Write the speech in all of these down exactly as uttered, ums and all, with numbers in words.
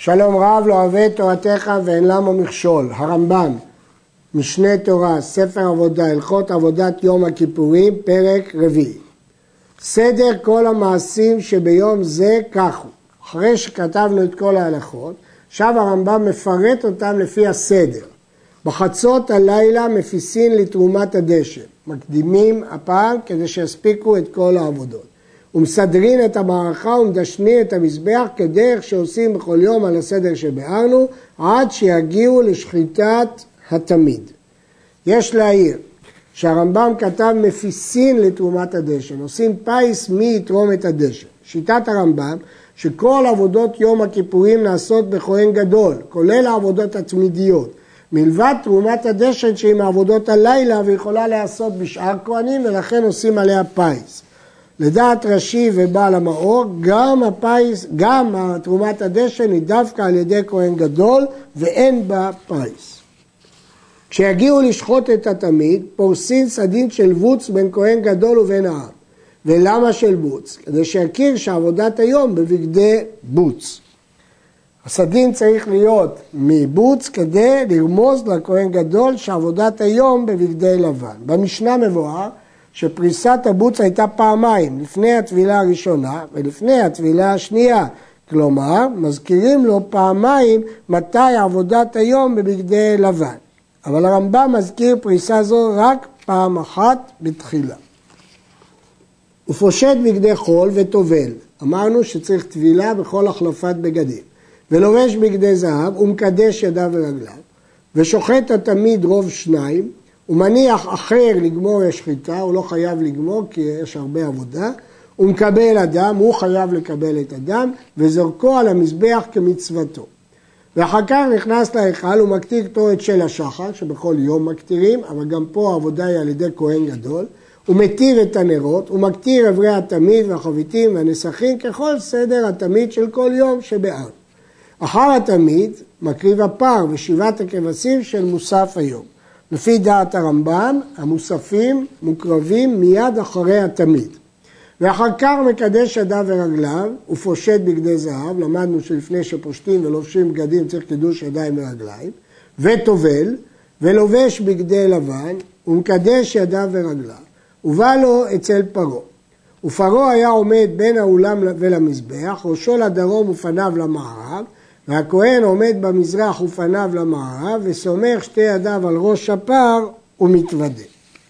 שלום רב לא אוהב את תורתך ואין למה מכשול. הרמב"ם, משנה תורה, ספר עבודה, הלכות עבודת יום הכיפורים, פרק רביעי. סדר כל המעשים שביום זה כך הוא. אחרי שכתבנו את כל ההלכות, עכשיו הרמב"ם מפרט אותם לפי הסדר. בחצות הלילה מפיסין לתרומת הדשן. מקדימים הפעם כדי שיספיקו את כל העבודות. ומסדרים את המערכה ומדשנים את המזבח כדרך שעושים בכל יום על הסדר שביארנו, עד שיגיעו לשחיטת התמיד. יש להעיר שהרמב"ם כתב מפיסין לתרומת הדשן, עושים פייס מי יתרום את הדשן. שיטת הרמב"ם שכל עבודות יום הכיפורים נעשות בכהן גדול, כולל העבודות התמידיות, מלבד תרומת הדשן שהיא מעבודות הלילה ויכולה להיעשות בשאר כהנים ולכן עושים עליה פייס. לדעת רש"י ובעל המאור, גם הפייס, גם תרומת הדשן היא דווקא על ידי כהן גדול ואין בה פייס. כשיגיעו לשחוט את התמיד, פורסין סדין של בוץ בין כהן גדול ובין העם. ולמה של בוץ? כדי שיכיר שעבודת היום בבגדי בוץ. הסדין צריך להיות מבוץ כדי לרמוז לכהן גדול שעבודת היום בבגדי לבן. במשנה מבואר שפריסת הבוץ הייתה פעמיים, לפני הטבילה הראשונה ולפני הטבילה השנייה. כלומר, מזכירים לו פעמיים מתי עבודת היום בבגדי לבן. אבל הרמב"ם מזכיר פריסה זו רק פעם אחת בתחילה. הוא פושט בגדי חול וטובל. אמרנו שצריך טבילה בכל החלפת בגדים. ולובש בגדי זהב ומקדש ידיו ורגליו. ושוחט התמיד רוב שניים. הוא מניח אחר לגמור השחיטה, הוא לא חייב לגמור כי יש הרבה עבודה. הוא מקבל אדם, הוא חייב לקבל את אדם, וזורקו על המזבח כמצוותו. ואחר כך נכנס להיכל ומקטיר קטורת של השחר, שבכל יום מקטירים, אבל גם פה העבודה היא על ידי כהן גדול. הוא מתיר את הנרות, הוא מקטיר אברי התמיד והחביתים והנסכים ככל סדר התמיד של כל יום שבאר. אחר התמיד מקריב הפר ושבעת הכבשים של מוסף היום. לפי דעת הרמב"ן, המוספים מוקרבים מיד אחרי התמיד. ואחר כך מקדש ידיו ורגליו, הוא פושט בגדי זהב, למדנו שלפני שפושטים ולובשים בגדים צריך קידוש ידיים ורגליים, וטובל, ולובש בגדי לבן, ומקדש ידיו ורגליו. ובא לו אצל פרעה. ופרעה היה עומד בין האולם ולמזבח, ראשו לדרום ופניו למערב, והכהן עומד במזרח ופניו למערב, וסומך שתי ידיו על ראש הפר ומתוודה.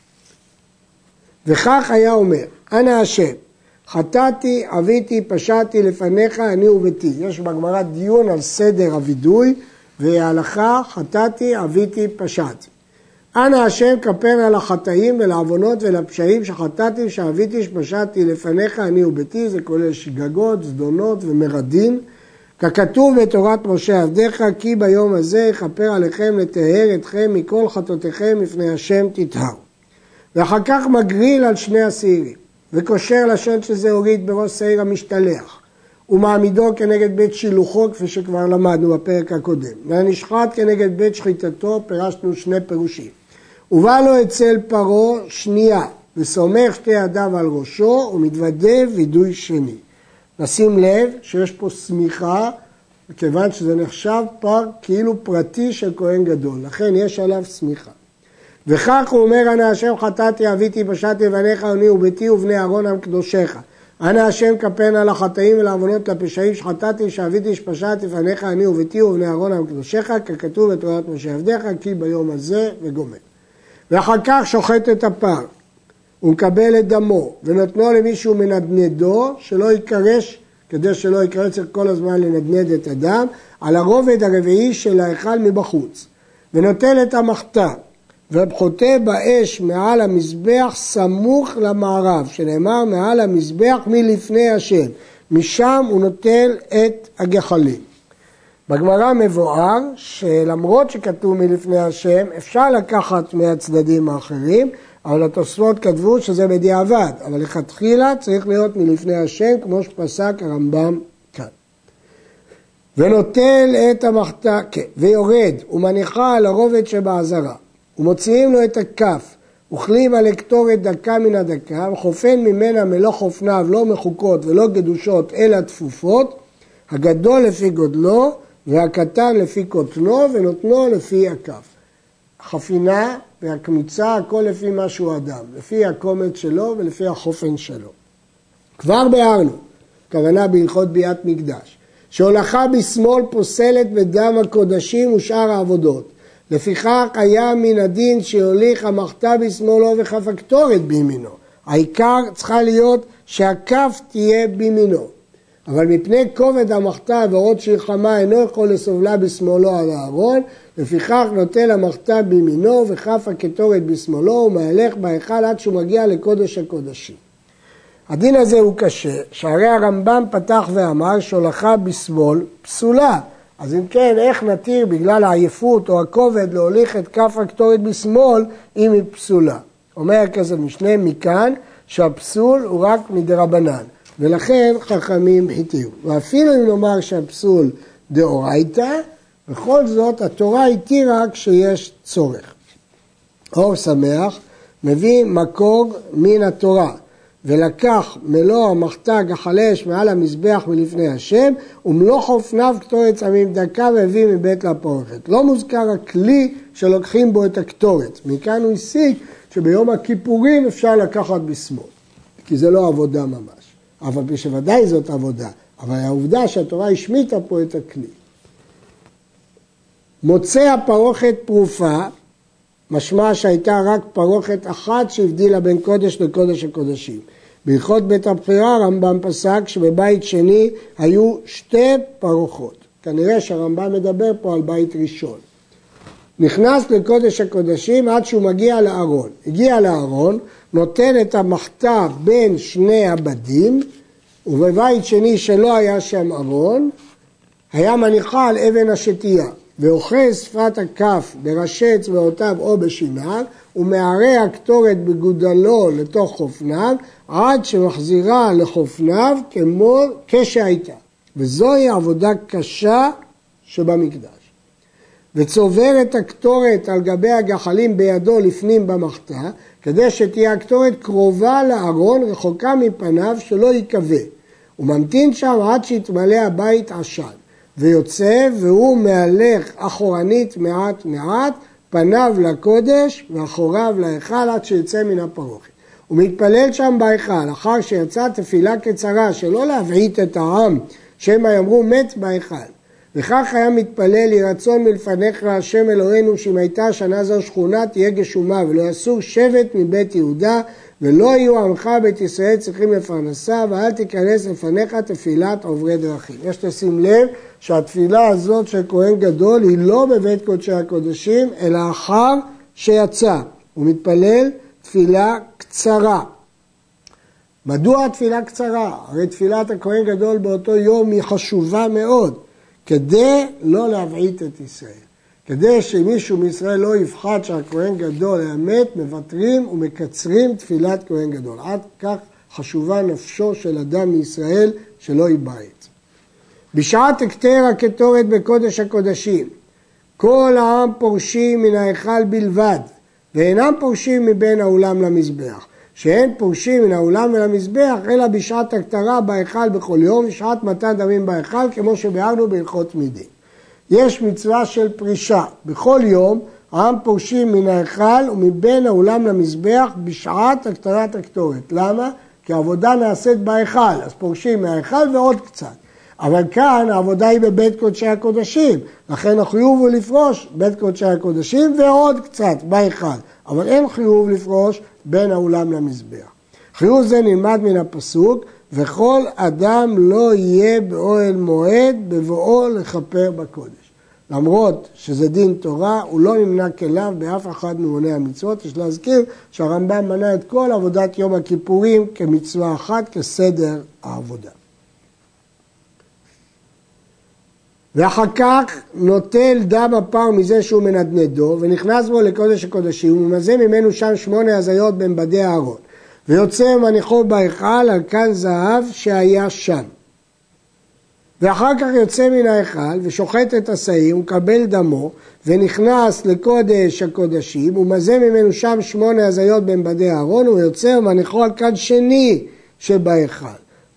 וכך היה אומר, אנא השם, חטאתי, עביתי, פשעתי לפניך, אני וביתי. יש בגמרא דיון על סדר הווידוי, וההלכה, חטאתי, עביתי, פשעתי. אנא השם, כפר על החטאים ולעוונות ולפשעים שחטאתי, שעביתי, שפשעתי לפניך, אני וביתי. זה כולל שגגות, זדונות ומרדים. ככתוב בתורת משה עבדיך, כי ביום הזה יכפר עליכם לטהר אתכם מכל חטאותיכם לפני השם תטהרו. ואחר כך מגריל על שני השעירים, וקושר לשון שזה הוריד בראש שעיר המשתלח, ומעמידו כנגד בית שילוחו, כפי שכבר למדנו בפרק הקודם, והנשחט כנגד בית שחיטתו, פירשנו שני פירושים. ובא לו אצל פרעה שנייה, וסומך שתי ידיו על ראשו, ומתוודה וידוי שני. נשים לב שיש פה סמיכה, כיוון שזה נחשב פר כאילו פרטי של כהן גדול, לכן יש עליו סמיכה. וכך הוא אומר, אנא השם חטאתי, עביתי, פשעתי לבניך, אני וביתי ובני אהרון עם קדושך. אנא השם כפר על החטאים ולעוונות לפשעים שחטאתי, שעביתי, שפשעתי לפניך, אני וביתי ובני אהרון עם קדושך, ככתוב בתורת משה עבדיך, כי ביום הזה וגומר. ואחר כך שוחט את הפר, הוא מקבל את דמו, ונותנו למישהו מנדנדו, שלא יקרש, כדי שלא יקרש כל הזמן לנדנד את הדם, על הרובד הרביעי של ההיכל מבחוץ, ונוטל את המחתה, וחוטא באש מעל המזבח סמוך למערב, שנאמר מעל המזבח מלפני השם, משם הוא נוטל את הגחלים. בגמרא מבואר שלמרות שכתוב מלפני השם, אפשר לקחת מהצדדים האחרים, אבל התוספות כתבו שזה בדיעבד, אבל לכתחילה צריך להיות מלפני השם, כמו שפסק הרמב"ם כאן. ונוטל את המחתה, כן, ויורד, ומניחה על הרובד שבעזרה, ומוציאים לו את הכף, אוכלים על הקטורת דקה מן הדקה, וחופן ממנה מלוא חופניו, לא מחוקות ולא גדושות, אלא תפופות, הגדול לפי גודלו, והקטן לפי קוטנו ונותנו לפי הכף. החפינה והקמיצה, הכל לפי מה שהוא אדם, לפי הקומץ שלו ולפי החופן שלו. כבר ביארנו, כוונה בהלכות ביאת מקדש, שהולכה בשמאל פוסלת בדם הקודשים ושאר העבודות. לפיכך היה מן הדין שיוליך המחתה בשמאלו וכף הקטורת בימינו. העיקר צריכה להיות שהכף תהיה בימינו. אבל מפני כובד המחתה ועוד שרחמה אינו יכול לסובלה בשמאלו על הארון, לפיכך נוטל המחתה בימינו וכף הקטורת בשמאלו ומהלך בהיכל עד שהוא מגיע לקודש הקודשים. הדין הזה הוא קשה, שהרי הרמב"ם פתח ואמר שהולכה בשמאל פסולה. אז אם כן, איך נתיר בגלל העייפות או הכובד להוליך את כף הקטורת בשמאל אם היא פסולה? אומר כזה משנה מכאן שהפסול הוא רק מדרבנן, ולכן חכמים התירו. ואפילו אם נאמר שהפסול דאורייתא, בכל זאת התורה התירה כשיש צורך. אור שמח מביא מקור מן התורה, ולקח מלוא המחתה גחלש מעל המזבח מלפני השם, ומלוא חופניו קטורת צמים דקה והביא מבית לפרוכת. לא מוזכר הכלי שלוקחים בו את הקטורת. מכאן הוא הסיק שביום הכיפורים אפשר לקחת בשמאל, כי זה לא עבודה ממש. אבל שוודאי זאת עבודה, אבל העובדה שהתורה השמיטה פה את הכלי. מוצא הפרוכת פרופה, משמע שהייתה רק פרוכת אחת שהבדילה בין קודש לקודש הקודשים. בהלכות בית הבחירה הרמב"ם פסק שבבית שני היו שתי פרוחות. כנראה שהרמב"ם מדבר פה על בית ראשון. נכנס לקודש הקודשים עד שהוא מגיע לארון. הגיע לארון, נותן את המחתה בין שני הבדים, ובבית שני שלא היה שם ארון, היה מניחה על אבן השתייה. ואוחז שפת הכף בראשי אצבעותיו או בשיניו, ומערה הקטורת בגודלו לתוך חופניו, עד שמחזירה לחופניו כמו כשהייתה. וזוהי עבודה קשה שבמקדש. וצובר את הקטורת על גבי הגחלים בידו לפנים במחתה, כדי שתהיה הקטורת קרובה לארון, רחוקה מפניו שלא יקווה. וממתין שם עד שיתמלא הבית עשן. ויוצא והוא מהלך אחורנית מעט מעט, פניו לקודש ואחוריו להיכל עד שיצא מן הפרוכת. הוא מתפלל שם בהיכל, אחר שיצא תפילה קצרה שלא להבעית את העם, שמא יאמרו מת בהיכל. וכך היה מתפלל ירצון מלפניך השם אלוהינו, שאם הייתה שנה זו שכונה תהיה גשומה ולא יסור שבט מבית יהודה, ולא יהיו עמך בית ישראל צריכים לפרנסה, ואל תיכנס לפניך תפילת עוברי דרכים. יש לשים לב שהתפילה הזאת של כהן גדול היא לא בבית קודשי הקודשים, אלא אחר שיצא. הוא מתפלל תפילה קצרה. מדוע התפילה קצרה? הרי תפילת הכהן גדול באותו יום היא חשובה מאוד, כדי לא להבעית את ישראל. כדי שמישהו מישראל לא יפחד שהכהן גדול האמת, מבטרים ומקצרים תפילת כהן גדול. עד כך חשובה נפשו של אדם מישראל שלא ייבעט. בשעת הקטר הקטורת בקודש הקודשים, כל העם פורשים מן ההיכל בלבד, ואינם פורשים מבין האולם למזבח. שאין פורשים מן האולם ולמזבח, אלא בשעת הקטרה בהיכל בכל יום, בשעת מתן דמים בהיכל, כמו שביארנו בהלכות מידי. יש מצווה של פרישה. בכל יום העם פורשים מן ההיכל ומבין האולם למזבח בשעת הקטרת הקטורת. למה? כי העבודה נעשית בהיכל, אז פורשים מההיכל ועוד קצת. אבל כאן העבודה היא בבית קודשי הקודשים, לכן החיוב הוא לפרוש בית קודשי הקודשים ועוד קצת בהיכל. אבל אין חיוב לפרוש בין האולם למזבח. חיוב זה נלמד מן הפסוק, וכל אדם לא יהיה באוהל מועד בבואו לכפר בקודש. למרות שזה דין תורה, הוא לא נמנע כליו באף אחד מעוני המצוות. יש להזכיר שהרמב"ם מנה את כל עבודת יום הכיפורים כמצווה אחת, כסדר העבודה. ואחר כך נוטל דם הפר מזה שהוא מנדנדו, ונכנס בו לקודש הקודשים, וממזה ממנו שם שמונה הזיות בין בדי הארון, ויוצא מניחו בהיכל על כאן זהב שהיה שם. ואחר כך יוצא מן ההיכל ושוחט את השעיר, ומקבל דמו, ונכנס לקודש הקודשים, ומזה ממנו שם שמונה הזיות בין בדי הארון, ויוצא מניחו על כאן שני שבהיכל.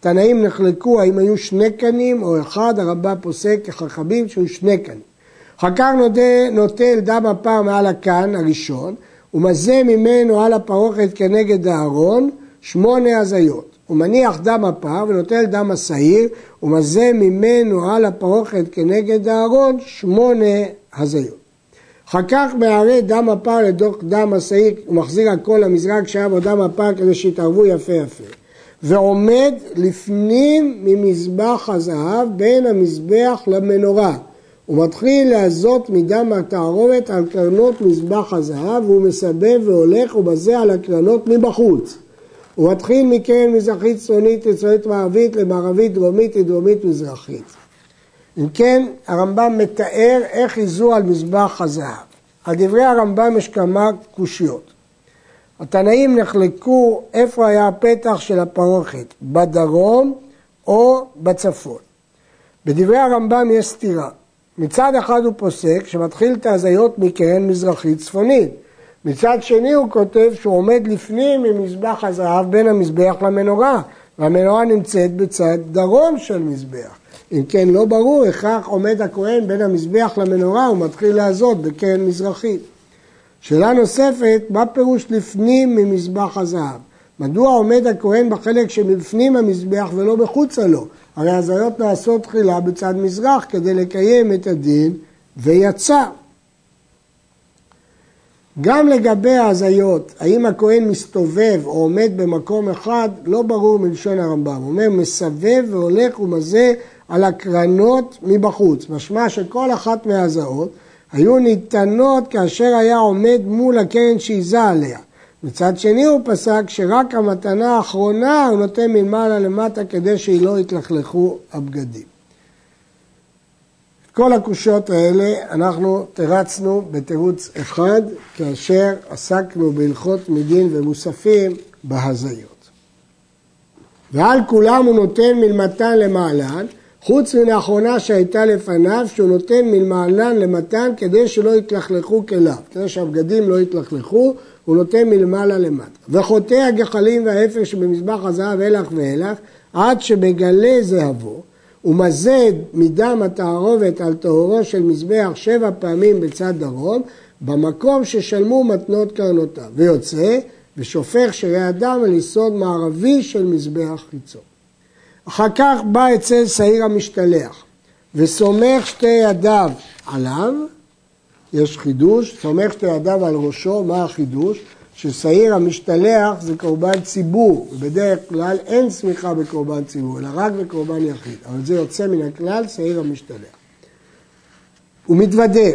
התנאים נחלקו האם היו שני קנים או אחד, הרמב"ם פוסק כחכמים שהיו שני קנים. אחר כך נוטל דם הפר מעל הקן הראשון, ומזה ממנו על הפרוכת כנגד הארון שמונה הזיות. הוא מניח דם הפר ונוטל דם השעיר, ומזה ממנו על הפרוכת כנגד הארון שמונה הזיות. אחר כך מערה דם הפר לדוח דם השעיר, הוא מחזיר הכל למזרק שהיה בו דם הפר כדי שיתערבו יפה יפה. ועומד לפנים ממזבח הזהב בין המזבח למנורה. הוא מתחיל לעזות מדם התערובת על קרנות מזבח הזהב, והוא מסבב והולך ובזה על הקרנות מבחוץ. הוא מתחיל מקרן מזרחית צפונית לצפונית מערבית למערבית דרומית לדרומית מזרחית. אם כן, הרמב"ם מתאר איך איזו על מזבח הזהב. על דברי הרמב"ם יש כמה קושיות. התנאים נחלקו איפה היה הפתח של הפרוכת, בדרום או בצפון. בדברי הרמב"ם יש סתירה. מצד אחד הוא פוסק שמתחיל את ההזיות מקרן מזרחית צפונית. מצד שני הוא כותב שהוא עומד לפנים ממזבח הזהב בין המזבח למנורה, והמנורה נמצאת בצד דרום של מזבח. אם כן לא ברור איך עומד הכהן בין המזבח למנורה, הוא מתחיל לעזות בקרן מזרחית. שאלה נוספת, מה פירוש לפנים ממזבח הזהב? מדוע עומד הכהן בחלק שמלפנים המזבח ולא בחוצה לו? הרי הזיות נעשות תחילה בצד מזרח כדי לקיים את הדין ויצא. גם לגבי ההזיות, האם הכהן מסתובב או עומד במקום אחד, לא ברור מלשון הרמב"ם. הוא אומר מסבב והולך ומזה על הקרנות מבחוץ. משמע שכל אחת מההזיות היו ניתנות כאשר היה עומד מול הקרן שהיזה עליה. מצד שני הוא פסק שרק המתנה האחרונה הוא נותן מלמעלה למטה כדי שהיא לא יתלכלכו הבגדים. את כל הקושיות האלה אנחנו תרצנו בתירוץ אחד כאשר עסקנו בהלכות מדין ומוספים בהזיות. ועל כולם הוא נותן מלמתן למעלן, חוץ מן האחרונה שהייתה לפניו, שהוא נותן מלמעלן למתן כדי שלא יתלכלכו כליו, כדי שהבגדים לא יתלכלכו, הוא נותן מלמעלה למטה. וחוטא הגחלים והאפר שבמזבח הזהב הלך והלך, עד שבגלי זהבו, ומזד מדם התערובת על טהורו של מזבח שבע פעמים בצד דרום, במקום ששלמו מתנות קרנותיו, ויוצא ושופך שירי הדם על יסוד מערבי של מזבח חיצון. אחר כך בא אצל שעיר המשתלח, וסומך שתי ידיו עליו, יש חידוש, סומך שתי ידיו על ראשו, מה החידוש? ששעיר המשתלח זה קורבן ציבור, ובדרך כלל אין סמיכה בקורבן ציבור, אלא רק בקורבן יחיד, אבל זה יוצא מן הכלל, שעיר המשתלח. הוא מתוודה,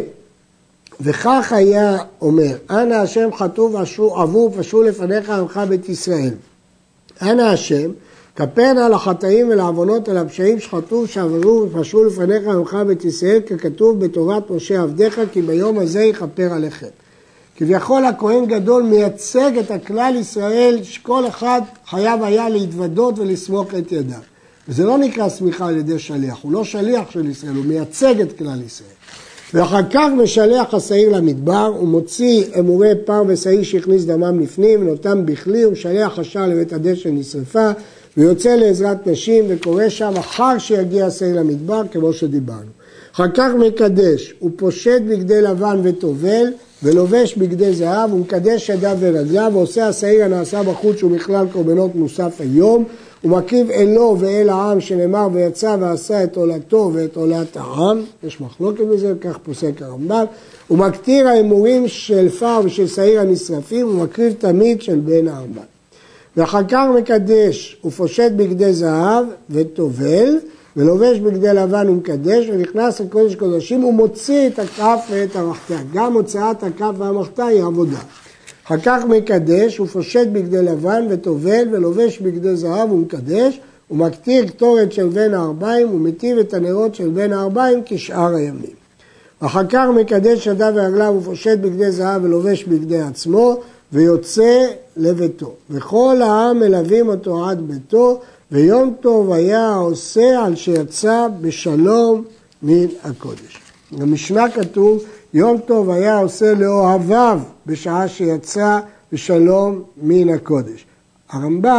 וכך היה אומר, אנא השם חטאו ועברו ופשעו לפניך עמך בית ישראל. אנא השם, כפר נא לחטאים ולעוונות על הפשעים שחטאו שעברו ופשעו לפניך עמך בית ישראל, ככתוב בתורת משה עבדיך, כי ביום הזה יכפר עליכם. כביכול הכהן גדול מייצג את הכלל ישראל שכל אחד חייב היה להתוודות ולסמוך את ידיו. וזה לא נקרא סמיכה על ידי שליח, הוא לא שליח של ישראל, הוא מייצג את כלל ישראל. ואחר כך משלח השעיר למדבר, הוא מוציא אמורי פר ושעיר שהכניס דמם לפנים, ונותם בכלי, ומשלח השער לבית הדשן נשרפה, ויוצא לעזרת נשים וקורא שם אחר שיגיע השעיר למדבר, כמו שדיברנו. אחר כך מקדש, הוא פושט בגדי לבן וטובל, ולובש בגדי זהב, הוא מקדש ידיו ורגליו, ועושה השעיר הנעשה בחוץ שהוא מכלל קורבנות מוסף היום, הוא מקריב אלו ואל העם שנאמר ויצא ועשה את עולתו ואת עולת העם, יש מחלוקת בזה, כך פוסק הרמב"ם, הוא מקטיר האמורים של פר ושל שעיר הנשרפים, הוא מקריב תמיד של בן הארבע. ואחר כך מקדש, הוא פושט בגדי זהב וטובל, ולובש בגדי לבן ומקדש, ונכנס לקודש קודשים, הוא מוציא את הכף ואת המחתה. גם הוצאת הכף והמחתה היא עבודה. אחר כך מקדש, הוא פושט בגדי לבן וטובל, ולובש בגדי זהב ומקדש, הוא מקטיר קטורת של בין הארבעים, ומטיב את הנרות של בין הארבעים כשאר הימים. אחר כך מקדש ידיו ורגליו, הוא פושט בגדי זהב ולובש בגדי עצמו, ויוצא לביתו. וכל העם מלווים אותו עד ביתו, ויום טוב היה עושה על שיצא בשלום מן הקודש. במשנה כתוב, יום טוב היה עושה לאוהביו בשעה שיצא בשלום מן הקודש. הרמב"ם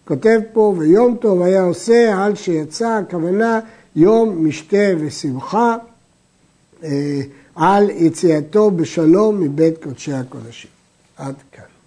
כותב פה, ויום טוב היה עושה על שיצא, הכוונה יום משתה ושמחה, על יציאתו בשלום מבית קודשי הקודשים. עד כאן.